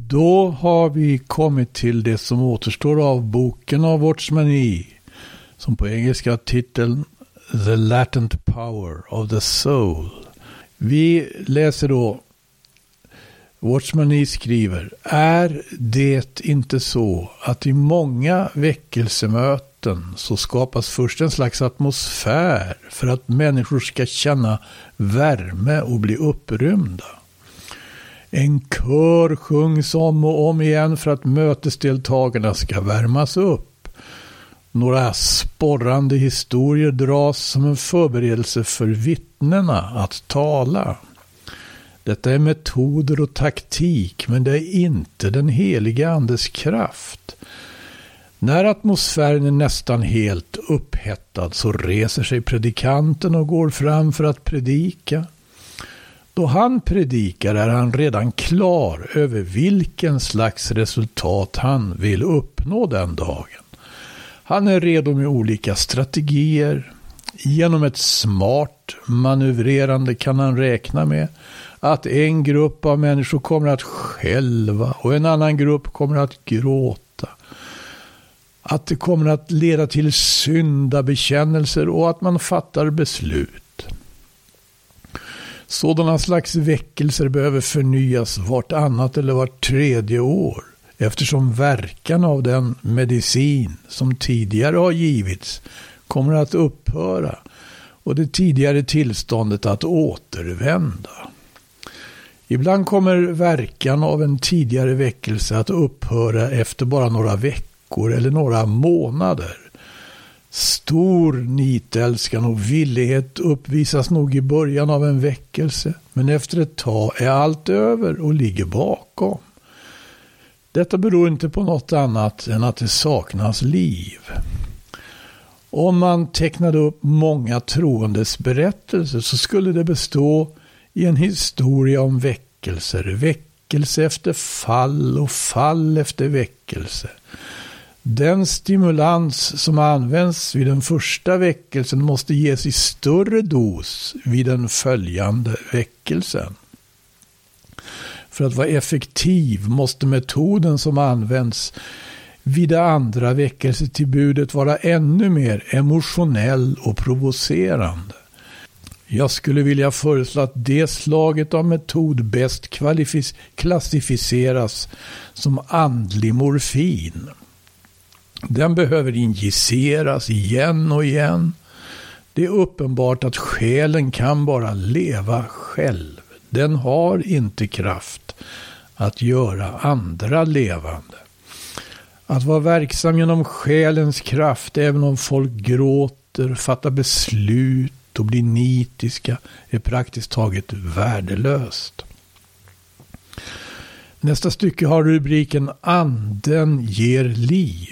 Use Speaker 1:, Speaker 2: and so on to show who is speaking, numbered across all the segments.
Speaker 1: Då har vi kommit till det som återstår av boken av Watchman Nee, som på engelska har titeln The Latent Power of the Soul. Vi läser då, Watchman Nee skriver: är det inte så att i många väckelsemöten så skapas först en slags atmosfär för att människor ska känna värme och bli upprymda? En kör sjungs om och om igen för att mötesdeltagarna ska värmas upp. Några sporrande historier dras som en förberedelse för vittnena att tala. Detta är metoder och taktik, men det är inte den heliga andes kraft. När atmosfären är nästan helt upphettad så reser sig predikanten och går fram för att predika. Då han predikar är han redan klar över vilken slags resultat han vill uppnå den dagen. Han är redo med olika strategier. Genom ett smart manövrerande kan han räkna med att en grupp av människor kommer att skälva och en annan grupp kommer att gråta. Att det kommer att leda till syndabekännelser och att man fattar beslut. Sådana slags väckelser behöver förnyas vartannat eller vart tredje år, eftersom verkan av den medicin som tidigare har givits kommer att upphöra och det tidigare tillståndet att återvända. Ibland kommer verkan av en tidigare väckelse att upphöra efter bara några veckor eller några månader. Stor nitälskan och villighet uppvisas nog i början av en väckelse, men efter ett tag är allt över och ligger bakom. Detta beror inte på något annat än att det saknas liv. Om man tecknade upp många troendes berättelser så skulle det bestå i en historia om väckelser, väckelse efter fall och fall efter väckelse. Den stimulans som används vid den första väckelsen måste ges i större dos vid den följande väckelsen. För att vara effektiv måste metoden som används vid det andra väckelsetillbudet vara ännu mer emotionell och provocerande. Jag skulle vilja föreslå att det slaget av metod bäst klassificeras som andlig morfin. Den behöver injiceras igen och igen. Det är uppenbart att själen kan bara leva själv. Den har inte kraft att göra andra levande. Att vara verksam genom själens kraft, även om folk gråter, fattar beslut och blir nitiska, är praktiskt taget värdelöst. Nästa stycke har rubriken Anden ger liv.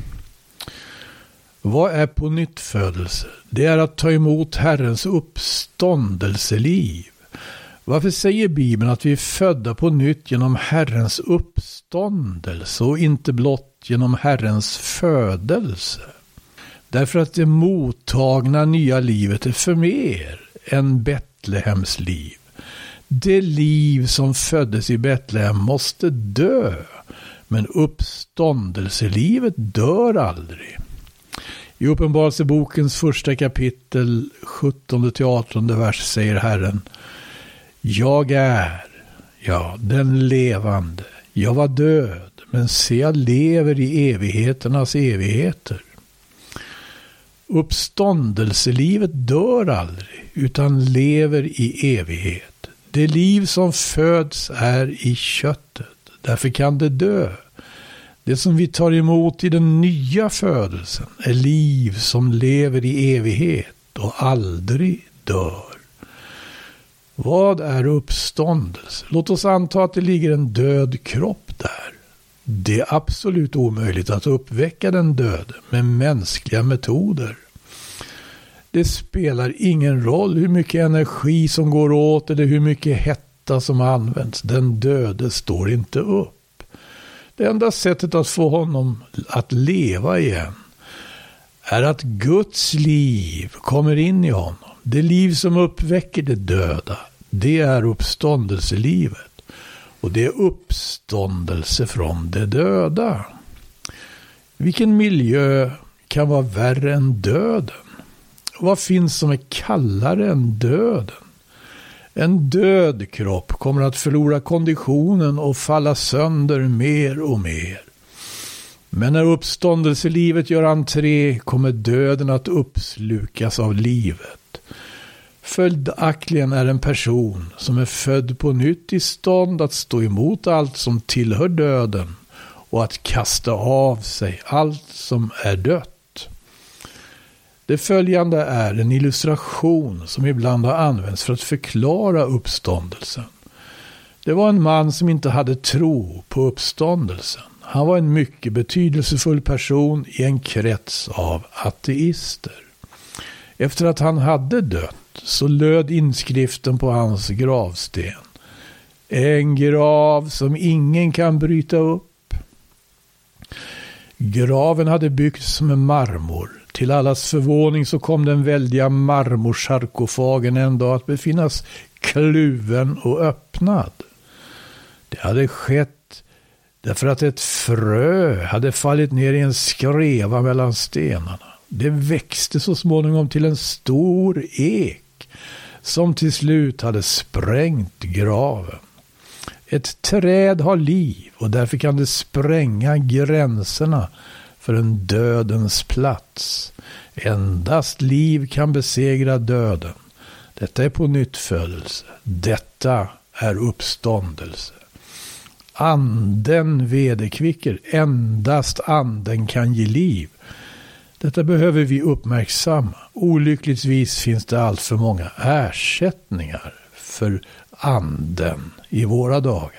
Speaker 1: Vad är på nyttfödelse? Det är att ta emot Herrens uppståndelseliv. Varför säger Bibeln att vi är födda på nytt genom Herrens uppståndelse och inte blott genom Herrens födelse? Därför att det mottagna nya livet är för mer än Betlehems liv. Det liv som föddes i Betlehem måste dö, men uppståndelselivet dör aldrig. I Uppenbarelsebokens första kapitel 17-18 vers säger Herren: jag är, den levande. Jag var död, men se, jag lever i evigheternas evigheter. Uppståndelselivet dör aldrig, utan lever i evighet. Det liv som föds är i köttet, därför kan det dö. Det som vi tar emot i den nya födelsen är liv som lever i evighet och aldrig dör. Vad är uppståndelse? Låt oss anta att det ligger en död kropp där. Det är absolut omöjligt att uppväcka den döde med mänskliga metoder. Det spelar ingen roll hur mycket energi som går åt eller hur mycket hetta som används. Den döde står inte upp. Det enda sättet att få honom att leva igen är att Guds liv kommer in i honom. Det liv som uppväcker det döda, det är uppståndelselivet. och det är uppståndelse från de döda. Vilken miljö kan vara värre än döden? Vad finns som är kallare än döden? En död kropp kommer att förlora konditionen och falla sönder mer och mer. Men när uppståndelselivet gör entré kommer döden att uppslukas av livet. Följaktligen är en person som är född på nytt i stånd att stå emot allt som tillhör döden och att kasta av sig allt som är dött. Det följande är en illustration som ibland har använts för att förklara uppståndelsen. Det var en man som inte hade tro på uppståndelsen. Han var en mycket betydelsefull person i en krets av ateister. Efter att han hade dött så löd inskriften på hans gravsten: en grav som ingen kan bryta upp. Graven hade byggts med marmor. Till allas förvåning så kom den väldiga marmorsarkofagen en dag att befinnas kluven och öppnad. Det hade skett därför att ett frö hade fallit ner i en skreva mellan stenarna. Det växte så småningom till en stor ek som till slut hade sprängt graven. Ett träd har liv och därför kan det spränga gränserna för en dödens plats. Endast liv kan besegra döden. Detta är på nyttfödelse. Detta är uppståndelse. Anden vederkvicker. Endast anden kan ge liv. Detta behöver vi uppmärksamma. Olyckligtvis finns det allt för många ersättningar för anden i våra dagar.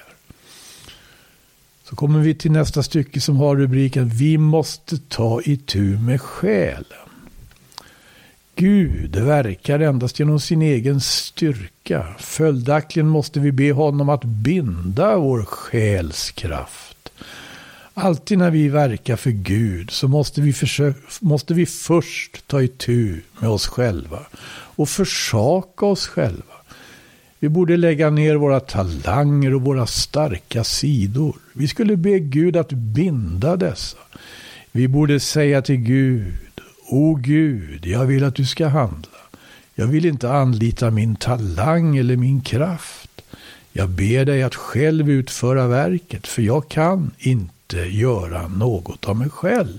Speaker 1: Så kommer vi till nästa stycke som har rubriken: vi måste ta itu med själen. Gud verkar endast genom sin egen styrka. Följaktligen måste vi be honom att binda vår själs kraft. Alltid när vi verkar för Gud så måste vi först ta itu med oss själva och försaka oss själva. Vi borde lägga ner våra talanger och våra starka sidor. Vi skulle be Gud att binda dessa. Vi borde säga till Gud: O Gud, jag vill att du ska handla. Jag vill inte anlita min talang eller min kraft. Jag ber dig att själv utföra verket, för jag kan inte göra något av mig själv.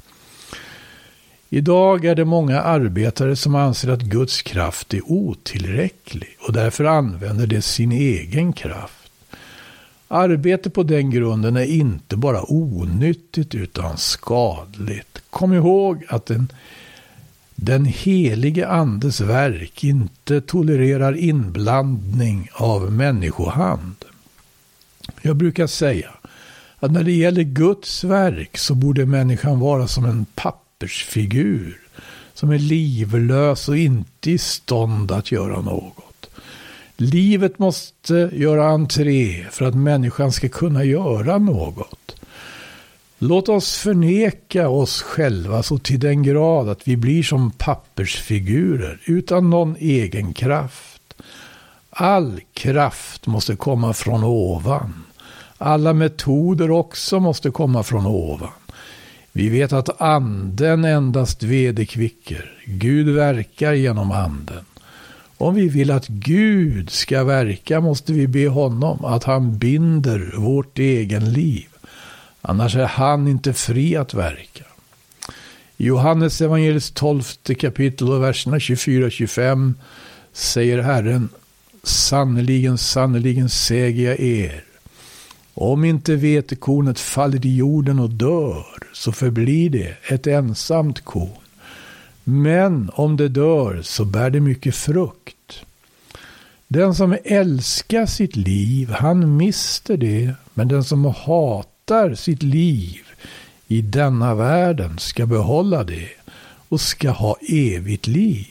Speaker 1: Idag är det många arbetare som anser att Guds kraft är otillräcklig och därför använder det sin egen kraft. Arbete på den grunden är inte bara onyttigt utan skadligt. Kom ihåg att den helige andes verk inte tolererar inblandning av människohand. Jag brukar säga att när det gäller Guds verk så borde människan vara som en pappersfigur som är livlös och inte i stånd att göra något. Livet måste göra entré för att människan ska kunna göra något. Låt oss förneka oss själva så till den grad att vi blir som pappersfigurer utan någon egen kraft. All kraft måste komma från ovan. Alla metoder också måste komma från ovan. Vi vet att anden endast vederkvicker. Gud verkar genom anden. Om vi vill att Gud ska verka måste vi be honom att han binder vårt egen liv. Annars är han inte fri att verka. I Johannes evangeliets 12 kapitel och verserna 24-25 säger Herren: Sannerligen, sannerligen säger jag er, om inte vetekornet faller i jorden och dör, så förblir det ett ensamt korn. Men om det dör så bär det mycket frukt. Den som älskar sitt liv, han mister det. Men den som hatar sitt liv i denna världen ska behålla det och ska ha evigt liv.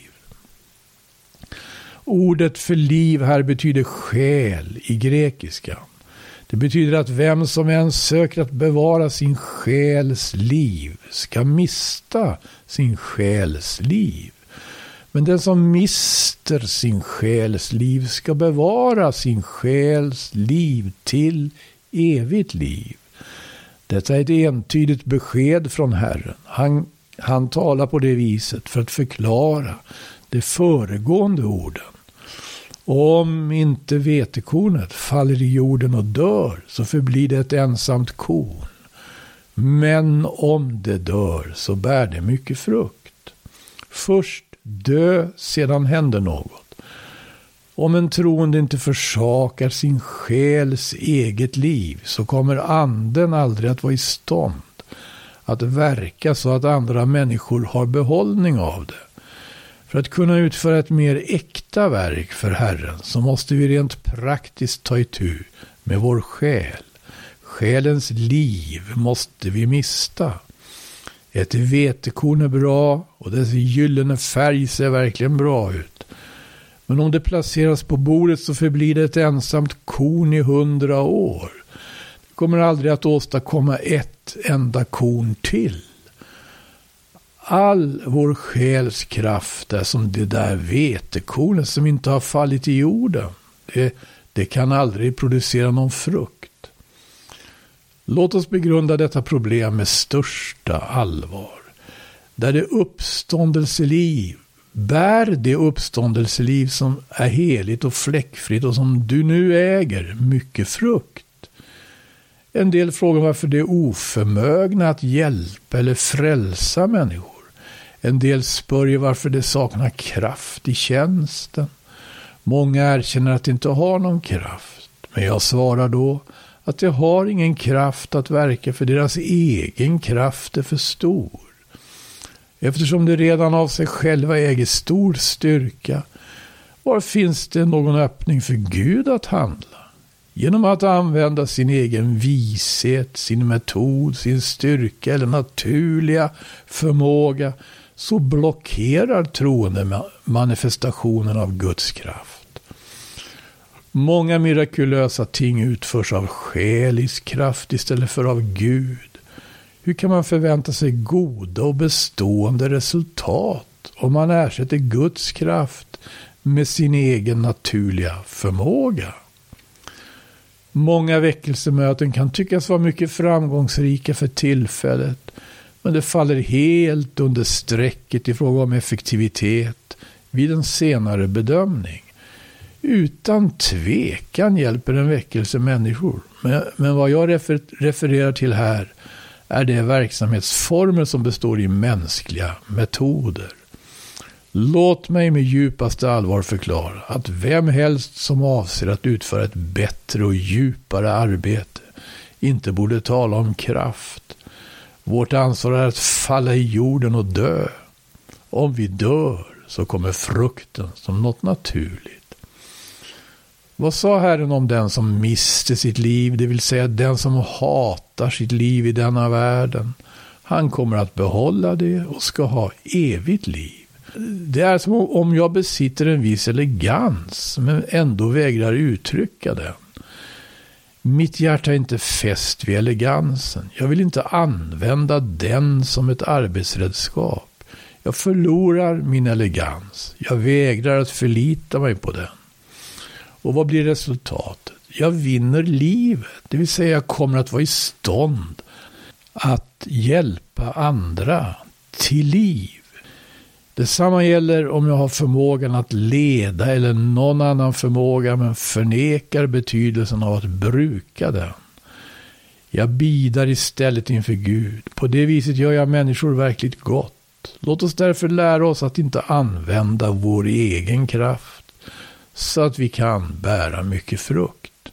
Speaker 1: Ordet för liv här betyder själ i grekiskan. Det betyder att vem som än söker att bevara sin själs liv ska mista sin själs liv. Men den som mister sin själs liv ska bevara sin själs liv till evigt liv. Detta är ett entydigt besked från Herren. Han talar på det viset för att förklara de föregående orden. Om inte vetekornet faller i jorden och dör, så förblir det ett ensamt korn. Men om det dör, så bär det mycket frukt. Först dö, sedan händer något. Om en troende inte försakar sin själs eget liv, så kommer anden aldrig att vara i stånd att verka så att andra människor har behållning av det. För att kunna utföra ett mer äkta verk för Herren, så måste vi rent praktiskt ta itu med vår själ. Själens liv måste vi mista. Ett vetekorn är bra och dess gyllene färg ser verkligen bra ut. Men om det placeras på bordet, så förblir det ett ensamt korn i 100 år. Det kommer aldrig att åstadkomma ett enda korn till. All vår själs kraft är som det där vetekornet som inte har fallit i jorden. Det kan aldrig producera någon frukt. Låt oss begrunda detta problem med största allvar. Där det uppståndelseliv bär det uppståndelseliv som är heligt och fläckfritt och som du nu äger mycket frukt. En del frågar varför det är oförmögna att hjälpa eller frälsa människor. En del spörjer varför det saknar kraft i tjänsten. Många erkänner att det inte har någon kraft. Men jag svarar då att det har ingen kraft att verka, för deras egen kraft är för stor. Eftersom det redan av sig själva äger stor styrka, var finns det någon öppning för Gud att handla? Genom att använda sin egen vishet, sin metod, sin styrka eller naturliga förmåga, så blockerar troende manifestationen av Guds kraft. Många mirakulösa ting utförs av själisk kraft istället för av Gud. Hur kan man förvänta sig goda och bestående resultat om man ersätter Guds kraft med sin egen naturliga förmåga? Många väckelsemöten kan tyckas vara mycket framgångsrika för tillfället, men det faller helt under strecket i fråga om effektivitet vid en senare bedömning. Utan tvekan hjälper en väckelse människor, men vad jag refererar till här är det verksamhetsformer som består i mänskliga metoder. Låt mig med djupaste allvar förklara att vem helst som avser att utföra ett bättre och djupare arbete inte borde tala om kraft. Vårt ansvar är att falla i jorden och dö. Om vi dör, så kommer frukten som något naturligt. Vad sa Herren om den som mister sitt liv, det vill säga den som hatar sitt liv i denna världen? Han kommer att behålla det och ska ha evigt liv. Det är som om jag besitter en viss elegans men ändå vägrar uttrycka den. Mitt hjärta är inte fäst vid elegansen. Jag vill inte använda den som ett arbetsredskap. Jag förlorar min elegans. Jag vägrar att förlita mig på den. Och vad blir resultatet? Jag vinner livet. Det vill säga jag kommer att vara i stånd att hjälpa andra till liv. Detsamma gäller om jag har förmågan att leda eller någon annan förmåga men förnekar betydelsen av att bruka den. Jag bidar istället inför Gud. På det viset gör jag människor verkligt gott. Låt oss därför lära oss att inte använda vår egen kraft så att vi kan bära mycket frukt.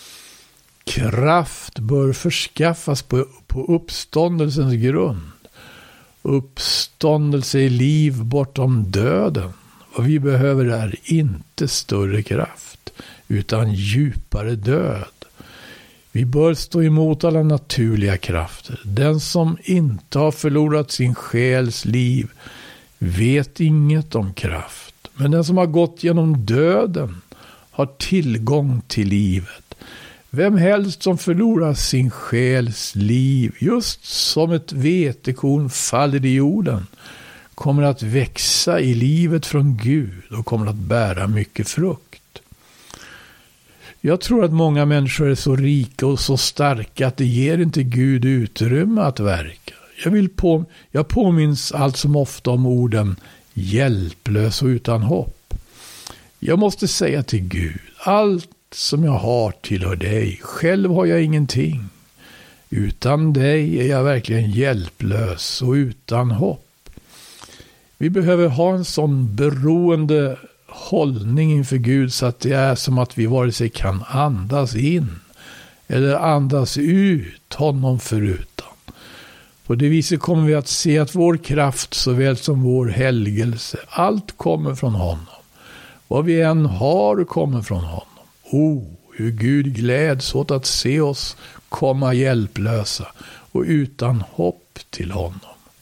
Speaker 1: Kraft bör förskaffas på uppståndelsens grund. Uppståndelse i liv bortom döden. Vad vi behöver är inte större kraft, utan djupare död. Vi bör stå emot alla naturliga krafter. Den som inte har förlorat sin själs liv vet inget om kraft. Men den som har gått genom döden har tillgång till livet. Vem helst som förlorar sin själs liv just som ett vetekorn faller i jorden kommer att växa i livet från Gud och kommer att bära mycket frukt. Jag tror att många människor är så rika och så starka att det ger inte Gud utrymme att verka. Jag påminns allt som ofta om orden hjälplös och utan hopp. Jag måste säga till Gud, allt som jag har tillhör dig. Själv har jag ingenting. Utan dig är jag verkligen hjälplös och utan hopp. Vi behöver ha en sån beroende hållning inför Gud så att det är som att vi vare sig kan andas in eller andas ut honom förutan. På det viset kommer vi att se att vår kraft såväl som vår helgelse, allt kommer från honom. Vad vi än har kommer från honom. Hur Gud gläds åt att se oss komma hjälplösa och utan hopp till honom.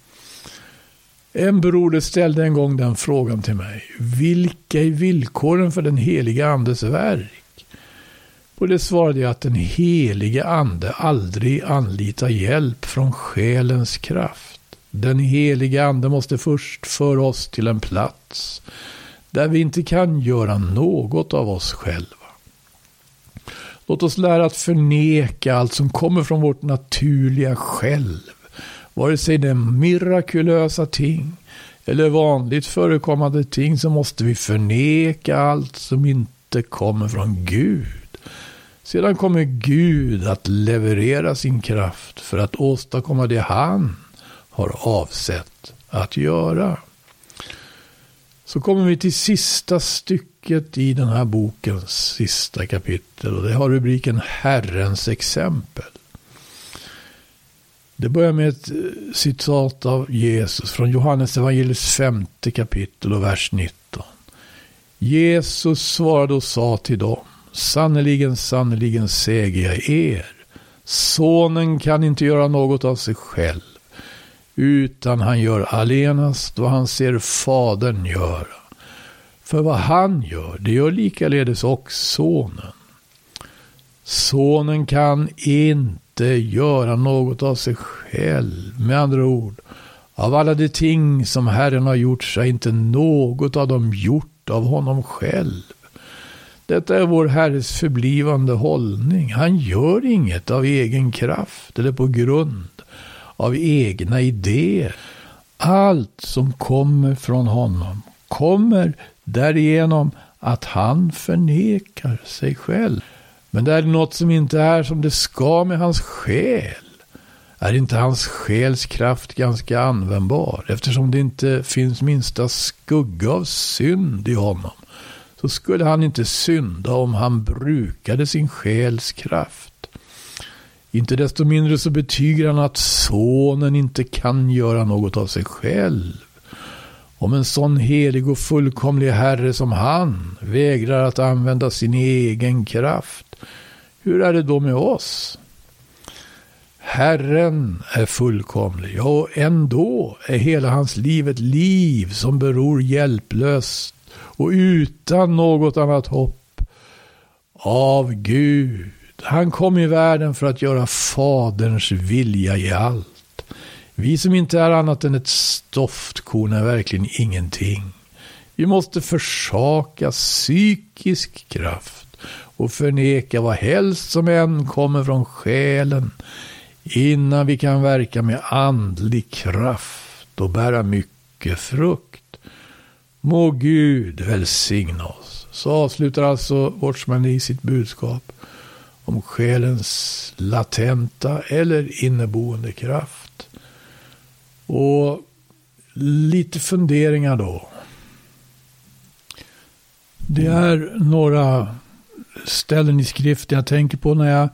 Speaker 1: En broder ställde en gång den frågan till mig. Vilka är villkoren för den heliga andes verk? På det svarade jag att den heliga ande aldrig anlitar hjälp från själens kraft. Den heliga ande måste först föra oss till en plats där vi inte kan göra något av oss själva. Låt oss lära att förneka allt som kommer från vårt naturliga själv. Vare sig det är mirakulösa ting eller vanligt förekommande ting, så måste vi förneka allt som inte kommer från Gud. Sedan kommer Gud att leverera sin kraft för att åstadkomma det han har avsett att göra. Så kommer vi till sista stycket i den här bokens sista kapitel, och det har rubriken Herrens exempel. Det börjar med ett citat av Jesus från Johannes evangeliets 5:e kapitel och vers 19. Jesus svarade och sa till dem: Sannerligen, sannerligen säger jag er, sonen kan inte göra något av sig själv, utan han gör allenast vad han ser fadern göra. För vad han gör, det gör likaledes också sonen. Sonen kan inte göra något av sig själv. Med andra ord, av alla de ting som Herren har gjort så är inte något av dem gjort av honom själv. Detta är vår Herres förblivande hållning. Han gör inget av egen kraft eller på grund av egna idéer. Allt som kommer från honom kommer därigenom att han förnekar sig själv. Men det är något som inte är som det ska med hans själ. Är inte hans själs kraft ganska användbar? Eftersom det inte finns minsta skugga av synd i honom, så skulle han inte synda om han brukade sin själs kraft. Inte desto mindre så betygar han att sonen inte kan göra något av sig själv. Om en sån helig och fullkomlig herre som han vägrar att använda sin egen kraft, hur är det då med oss? Herren är fullkomlig, och ändå är hela hans liv ett liv som beror hjälplöst och utan något annat hopp av Gud. Han kom i världen för att göra faderns vilja i allt. Vi som inte är annat än ett stoftkorn är verkligen ingenting. Vi måste försaka psykisk kraft och förneka vad helst som än kommer från själen innan vi kan verka med andlig kraft och bära mycket frukt. Må Gud välsigna oss. Så avslutar alltså Watchman sitt budskap om själens latenta eller inneboende kraft. Och lite funderingar då. Det är några ställen i skriften jag tänker på när jag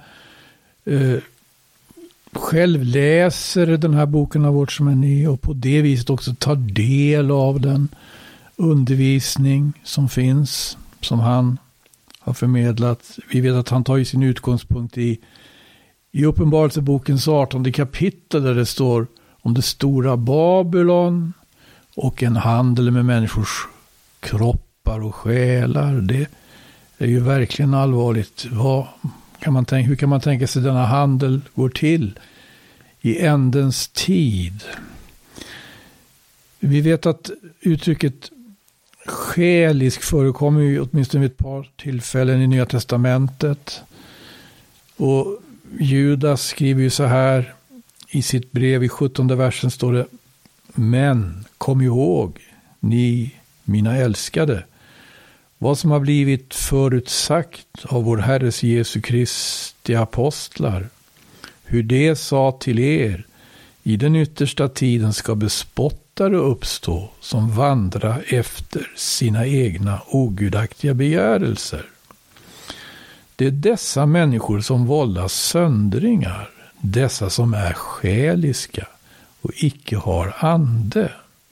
Speaker 1: själv läser den här boken av Watchman och på det viset också tar del av den undervisning som finns, som han har förmedlat. Vi vet att han tar ju sin utgångspunkt i Uppenbarelsebokens 18:e kapitel, där det står om det stora Babylon och en handel med människors kroppar och själar. Det är ju verkligen allvarligt. Hur kan man tänka sig denna handel går till i ändens tid? Vi vet att uttrycket själisk förekommer ju åtminstone vid ett par tillfällen i Nya Testamentet. Och Judas skriver ju så här i sitt brev i 17:e versen står det: men kom ihåg, ni mina älskade, vad som har blivit förutsagt av vår Herres Jesu Kristi apostlar, hur det sa till er, i den yttersta tiden ska bespottare uppstå som vandrar efter sina egna ogudaktiga begärelser. Det är dessa människor som vållar söndringar, dessa som är själiska och icke har ande.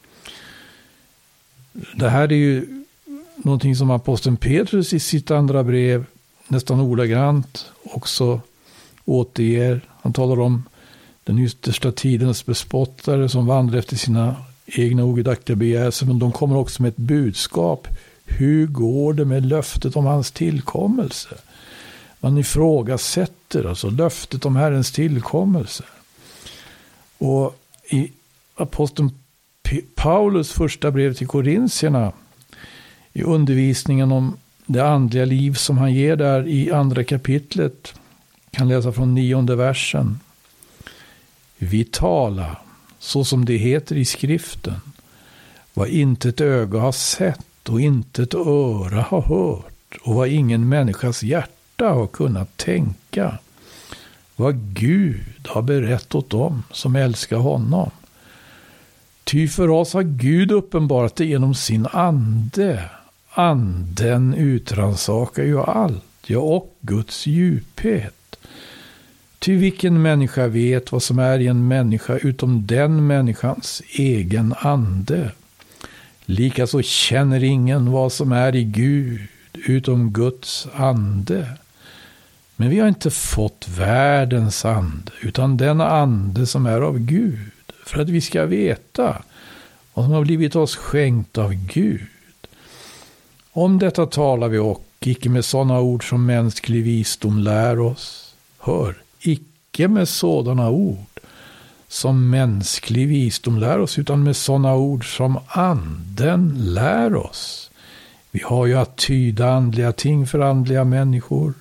Speaker 1: Det här är ju någonting som aposteln Petrus i sitt andra brev nästan ordagrant också återger. Han talar om den yttersta tidens bespottare som vandrar efter sina egna ogudaktiga begärelser, men de kommer också med ett budskap. Hur går det med löftet om hans tillkommelse? Man ifrågasätter alltså löftet om Herrens tillkommelse. Och i aposteln Paulus första brev till Korintierna, i undervisningen om det andliga liv som han ger där i andra kapitlet, kan läsa från 9:e versen. Vi talar, så som det heter i skriften, vad inte ett öga har sett och inte ett öra har hört och vad ingen människas hjärta har kunnat tänka. Vad Gud har berättat åt dem som älskar honom. Ty för oss har Gud uppenbarat det genom sin ande. Anden utransakar ju allt, ja, och Guds djuphet. Ty vilken människa vet vad som är i en människa utom den människans egen ande? Likaså känner ingen vad som är i Gud utom Guds ande. Men vi har inte fått världens ande, utan den ande som är av Gud, för att vi ska veta vad som har blivit oss skänkt av Gud. Om detta talar vi och icke med sådana ord som mänsklig visdom lär oss. Hör, icke med sådana ord som mänsklig visdom lär oss, utan med sådana ord som anden lär oss. Vi har ju att tyda andliga ting för andliga människor.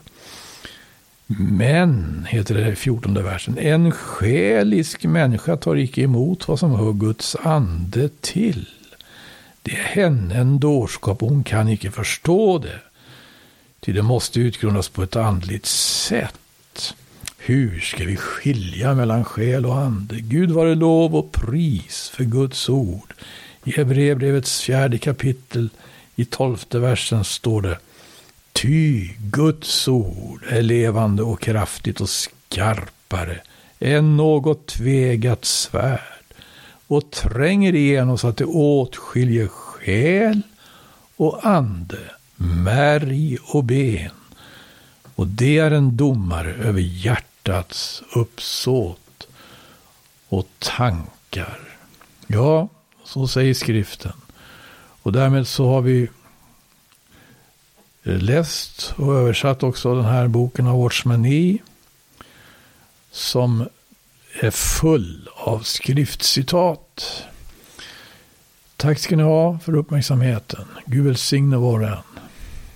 Speaker 1: Men, heter det i 14:e versen, en själisk människa tar icke emot vad som hör Guds ande till. Det är henne en dårskap och hon kan icke förstå det. Ty det måste utgrundas på ett andligt sätt. Hur ska vi skilja mellan själ och ande? Gud vare lov och pris för Guds ord. I Hebreerbrevets 4:e kapitel i 12:e versen står det: Ty Guds ord är levande och kraftigt och skarpare än något tvegat svärd och tränger igenom så att det åtskiljer själ och ande, märg och ben. Och det är en domare över hjärtats uppsåt och tankar. Ja, så säger skriften. Och därmed så har vi läst och översatt också den här boken av Watchman Nee, som är full av skriftcitat. Tack ska ni ha för uppmärksamheten. Gud välsigne var och en.